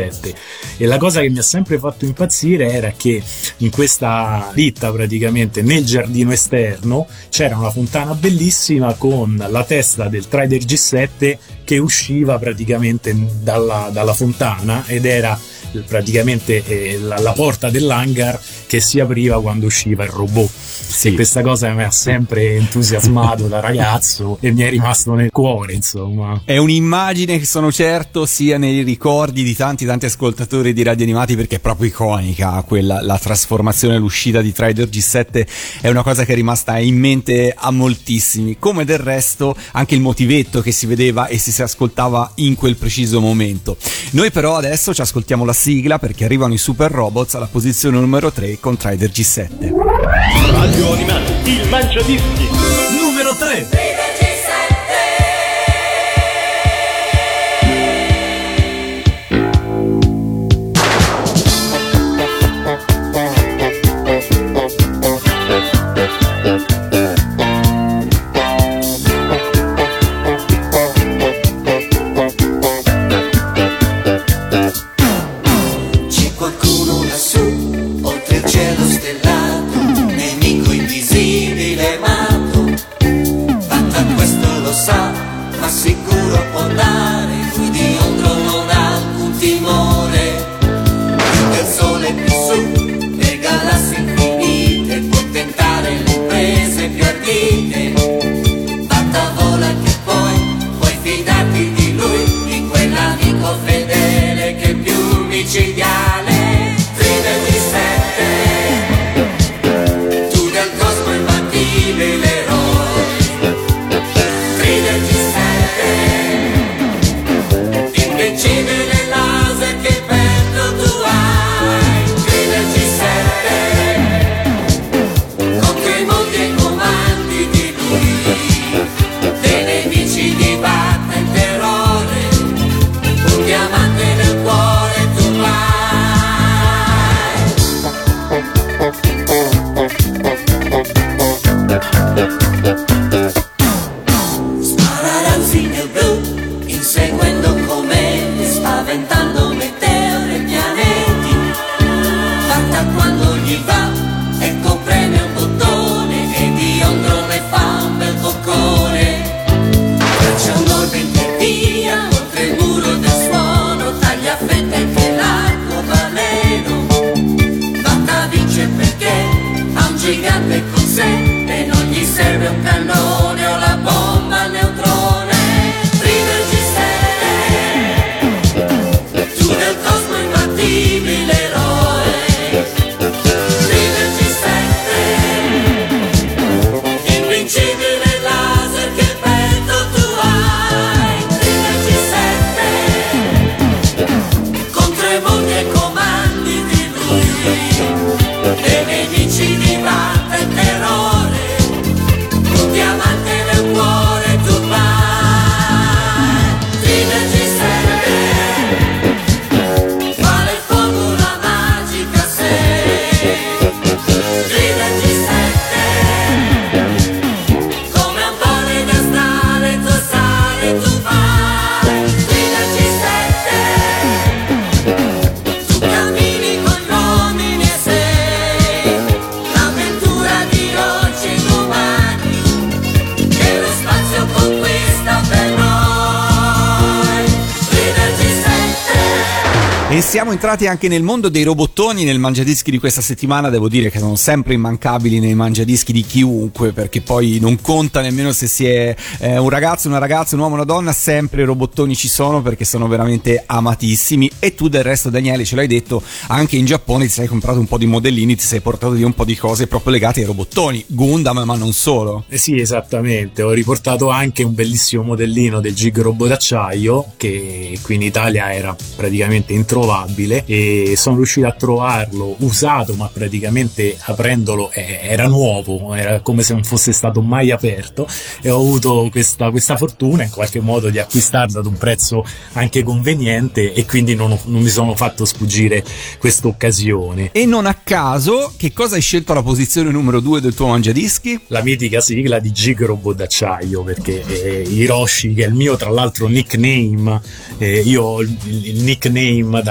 E la cosa che mi ha sempre fatto impazzire era che in questa ditta, praticamente nel giardino esterno, c'era una fontana bellissima con la testa del Trader G sette che usciva praticamente dalla, dalla fontana, ed era praticamente eh, la, la porta dell'hangar che si apriva quando usciva il robot. Sì. Questa cosa mi ha sempre entusiasmato da ragazzo e mi è rimasto nel cuore, insomma. È un'immagine che sono certo sia nei ricordi di tanti tanti ascoltatori di Radio Animati, perché è proprio iconica quella, la trasformazione, l'uscita di Trader G sette è una cosa che è rimasta in mente a moltissimi, come del resto anche il motivetto che si vedeva e si, si ascoltava in quel preciso momento. Noi però adesso ci ascoltiamo la sigla, perché arrivano i Super Robots alla posizione numero tre con Trader G sette. Radio Animati, il Mangiadischi numero tre. C'è qualcuno lassù, oltre il cielo stellato, nemico invisibile matto. Fatta questo lo sa, ma sicuro può dare. Lui di Ondro non ha alcun timore. Più del sole più su, le galassie infinite, può tentare le imprese più ardite. Fatta vola che poi puoi fidarti di lui, di quell'amico fedele che è più micidiale. Trader G sette, tu del cosmo imbattibile eroe. Trader G sette, invincibile laser che vento tu hai. Trader G sette, contro i mondi e i comandi di lui, dei nemici dibatte il terrore, un diamante nel cuore tu vai. Spararanzi nel blu, inseguendo comete, spaventando meteore e pianeti. Fatta quando gli va e preme un bottone, e di Ondro ne fa un bel boccone. Caccia un orbite e via, oltre il muro del suono, taglia a fette anche l'arcobaleno. Fatta vince perché ha un gigante con sé e non gli serve un cannone o la bomba a neutrone. Trader G sette, tu del cosmo imbattibile eroe. Trader G sette, invincibile laser che vento tu hai. Trader G sette, contro i mondi e i comandi di lui, dei nemici dibatte il terrore, un diamante nel cuore tu vai. Trader G sette, vale il fuoco la magica sei. Trader G sette, come un bolide astale tu sali tu vai. Trader G sette, tu cammini con gli uomini e sei l'avventura di oggi e domani, che lo spazio conquista per noi. Trader G sette. E siamo entrati anche nel mondo dei robottoni nel Mangiadischi di questa settimana. Devo dire che sono sempre immancabili nei Mangiadischi di chiunque, perché poi non conta nemmeno se si è eh, un ragazzo, una ragazza, un uomo, una donna, sempre i robottoni ci sono, perché sono veramente amatissimi. E tu del resto, Daniele, ce l'hai detto, anche in Giappone ti sei comprato un po' di modellini, ti sei portato via un po' di cose proprio legate ai robottoni, Gundam, ma non solo. Eh sì, esattamente, ho riportato anche un bellissimo modellino del Gig Robot d'acciaio che qui in Italia era praticamente introvabile, e sono riuscito a trovarlo usato, ma praticamente aprendolo eh, era nuovo, era come se non fosse stato mai aperto, e ho avuto questa, questa fortuna in qualche modo di acquistarlo ad un prezzo anche conveniente, e quindi non, ho, non mi sono fatto sfuggire questa occasione. E non a caso, che cosa hai scelto alla posizione numero due del tuo Mangiadischi? La mitica sigla di Gig Robot d'acciaio, perché eh, Hiroshi, che è il mio tra l'altro nickname, eh, io ho il, il nickname da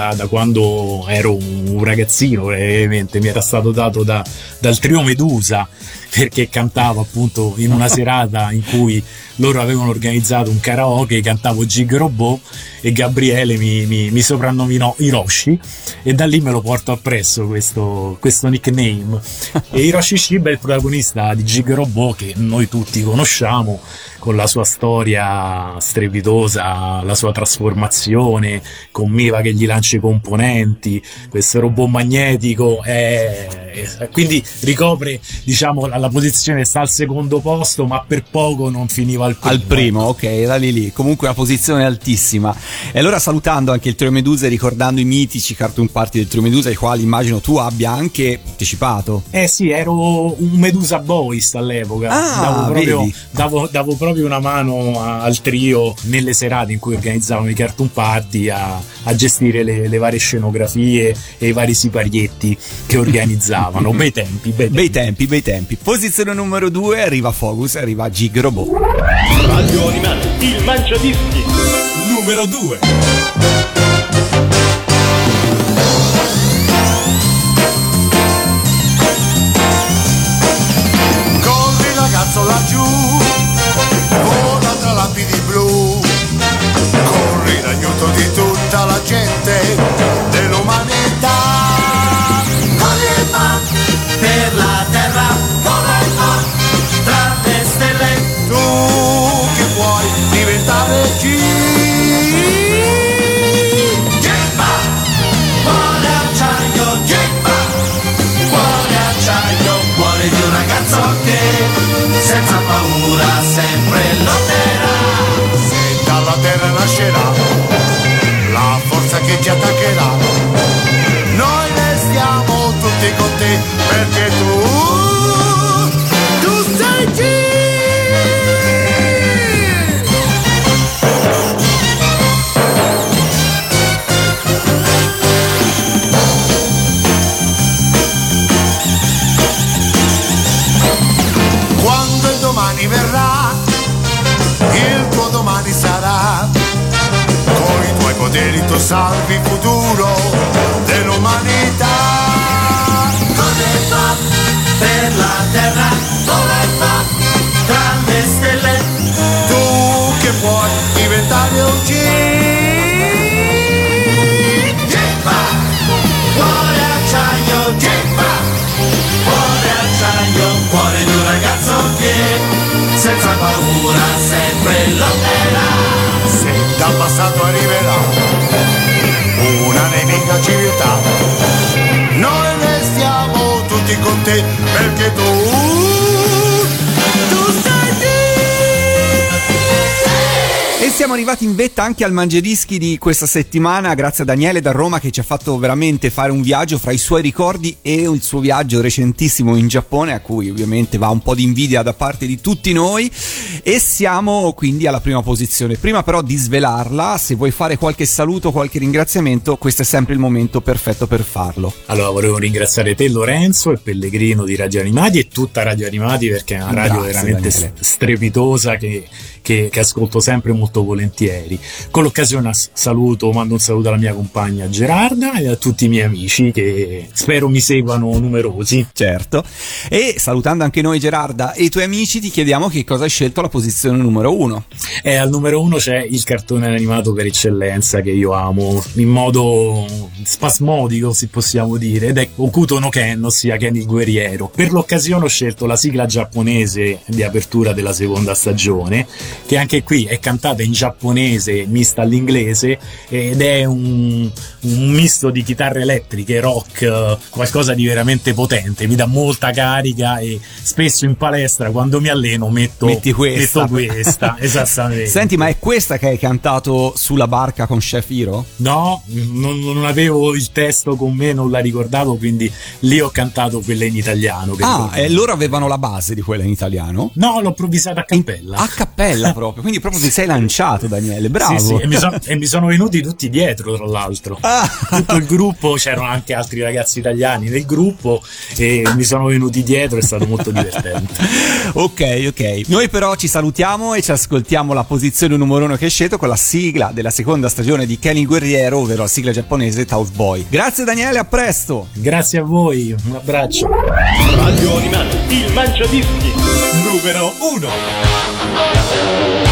da, da quando ero un ragazzino, praticamente mi era stato dato da, dal trio Medusa, perché cantavo appunto in una serata in cui loro avevano organizzato un karaoke, cantavo Gig Robot e Gabriele mi, mi, mi soprannominò Hiroshi, e da lì me lo porto appresso questo, questo nickname. E Hiroshi Shiba è il protagonista di Gig Robot, che noi tutti conosciamo, con la sua storia strepitosa, la sua trasformazione, con Miva che gli lancia i componenti, questo robot magnetico, è, è, quindi ricopre, diciamo, la, la posizione, sta al secondo posto, ma per poco non finiva al primo. Al primo, ok, da lì lì, comunque una posizione altissima. E allora, salutando anche il Trio Medusa e ricordando i mitici cartoon party del Trio Medusa, ai quali immagino tu abbia anche partecipato. Eh sì, ero un Medusa Boys all'epoca. Ah, davo proprio, vedi? davo, davo proprio una mano a, al trio nelle serate in cui organizzavano i cartoon party a, a gestire le, le varie scenografie e i vari siparietti che organizzavano. bei tempi, bei tempi. Bei tempi, bei tempi. Posizione numero due, arriva Focus, arriva Gig Robot. Radio Animati, il Mangiadischi numero due. Corri ragazzo laggiù, vola tra lapidi blu, corri l'aiuto di tutta la gente dell'umanità. Corri e va per la terra, vola e va tra le stelle, tu che puoi diventare G. Gemma, cuore acciaio, Gemma, cuore acciaio, cuore di un ragazzo che senza paura sempre lotterà. Se dalla terra nascerà la forza che ci attaccherà, noi restiamo tutti con te, perché tu, tu sei G. Quando il domani verrà, il tuo domani sarà, con i tuoi poteri tu salvi il futuro dell'umanità. Corre e va per la terra, vola e va tra le stelle, tu che puoi diventare un G. Gemma, cuore acciaio, Gemma, cuore acciaio, cuore di un ragazzo che senza paura sempre lotterà. Se dal passato arriverà una nemica civiltà, noi restiamo tutti con te, perché tu, tu sei G. E siamo arrivati in vetta anche al Mangiadischi di questa settimana, grazie a Daniele da Roma, che ci ha fatto veramente fare un viaggio fra i suoi ricordi e il suo viaggio recentissimo in Giappone, a cui ovviamente va un po' di invidia da parte di tutti noi. E siamo quindi alla prima posizione. Prima però di svelarla, se vuoi fare qualche saluto, qualche ringraziamento, questo è sempre il momento perfetto per farlo. Allora, volevo ringraziare te, Lorenzo, e Pellegrino di Radio Animati e tutta Radio Animati, perché è una radio Grazie, veramente Daniele. strepitosa che, che, che ascolto sempre molto volentieri. Con l'occasione s- saluto, mando un saluto alla mia compagna Gerarda e a tutti i miei amici che spero mi seguano numerosi. Certo. E salutando anche noi, Gerarda, e i tuoi amici, ti chiediamo che cosa hai scelto alla posizione numero uno. E al numero uno c'è il cartone animato per eccellenza che io amo in modo spasmodico, se possiamo dire, ed è Hokuto no Ken, ossia Ken il guerriero. Per l'occasione ho scelto la sigla giapponese di apertura della seconda stagione, che anche qui è cantata in giapponese mista all'inglese ed è un, un misto di chitarre elettriche, rock, eh, qualcosa di veramente potente, mi dà molta carica e spesso in palestra quando mi alleno metto, Metti questa. metto questa, esattamente. Senti, ma è questa che hai cantato sulla barca con Chef Hiro? No, non, non avevo il testo con me, non la ricordavo, quindi lì ho cantato quella in italiano. che Ah, ricordo. e loro avevano la base di quella in italiano? No, l'ho provvisata a cappella. A cappella proprio, quindi proprio ti sei lanciato spiccato, Daniele, bravo. Sì, sì, e mi, son- e mi sono venuti tutti dietro, tra l'altro. Ah. Tutto il gruppo, c'erano anche altri ragazzi italiani nel gruppo e mi sono venuti dietro, è stato molto divertente. Ok, ok. Noi però ci salutiamo e ci ascoltiamo la posizione numero uno che è scelto con la sigla della seconda stagione di Ken il Guerriero, ovvero la sigla giapponese Tooth Boy. Grazie Daniele, a presto. Grazie a voi, un abbraccio. Radio Animati, il Mangiadischi numero uno.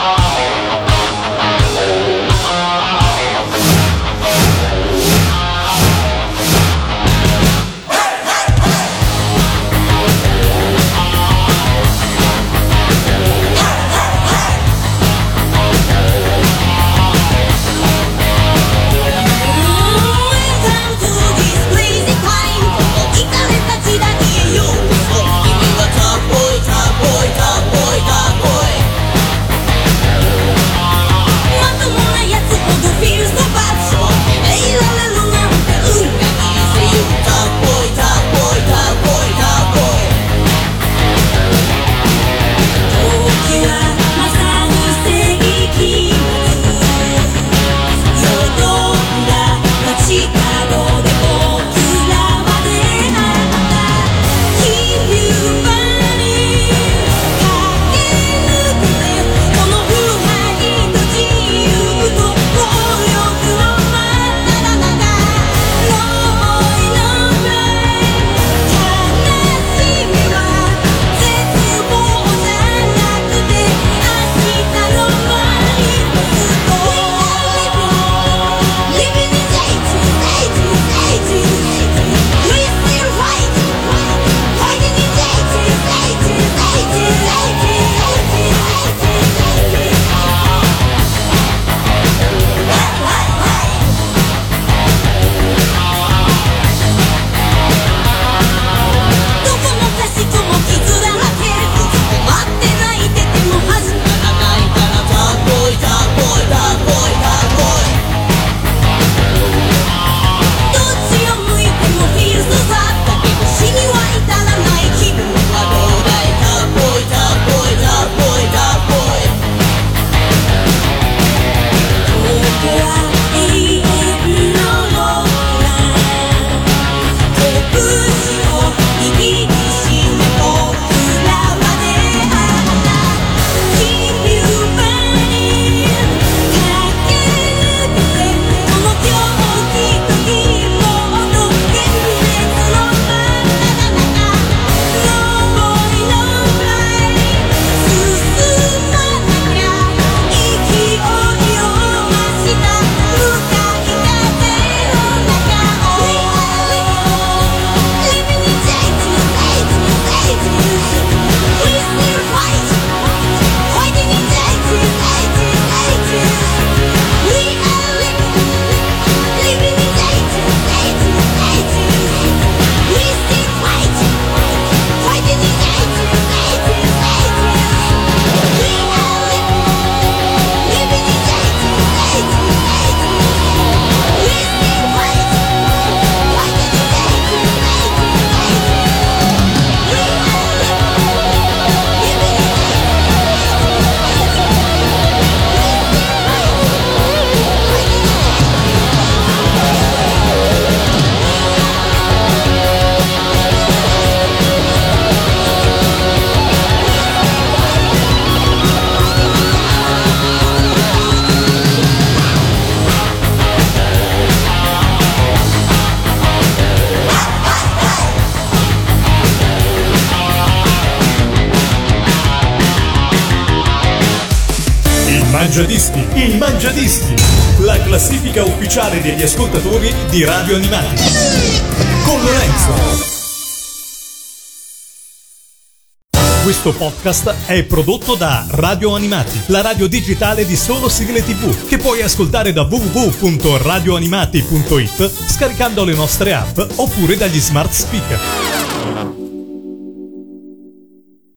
Mangiadischi, il Mangiadischi, la classifica ufficiale degli ascoltatori di Radio Animati. Con Lorenzo. Questo podcast è prodotto da Radio Animati, la radio digitale di solo sigle tivù, che puoi ascoltare da w w w punto radio animati punto it scaricando le nostre app oppure dagli smart speaker.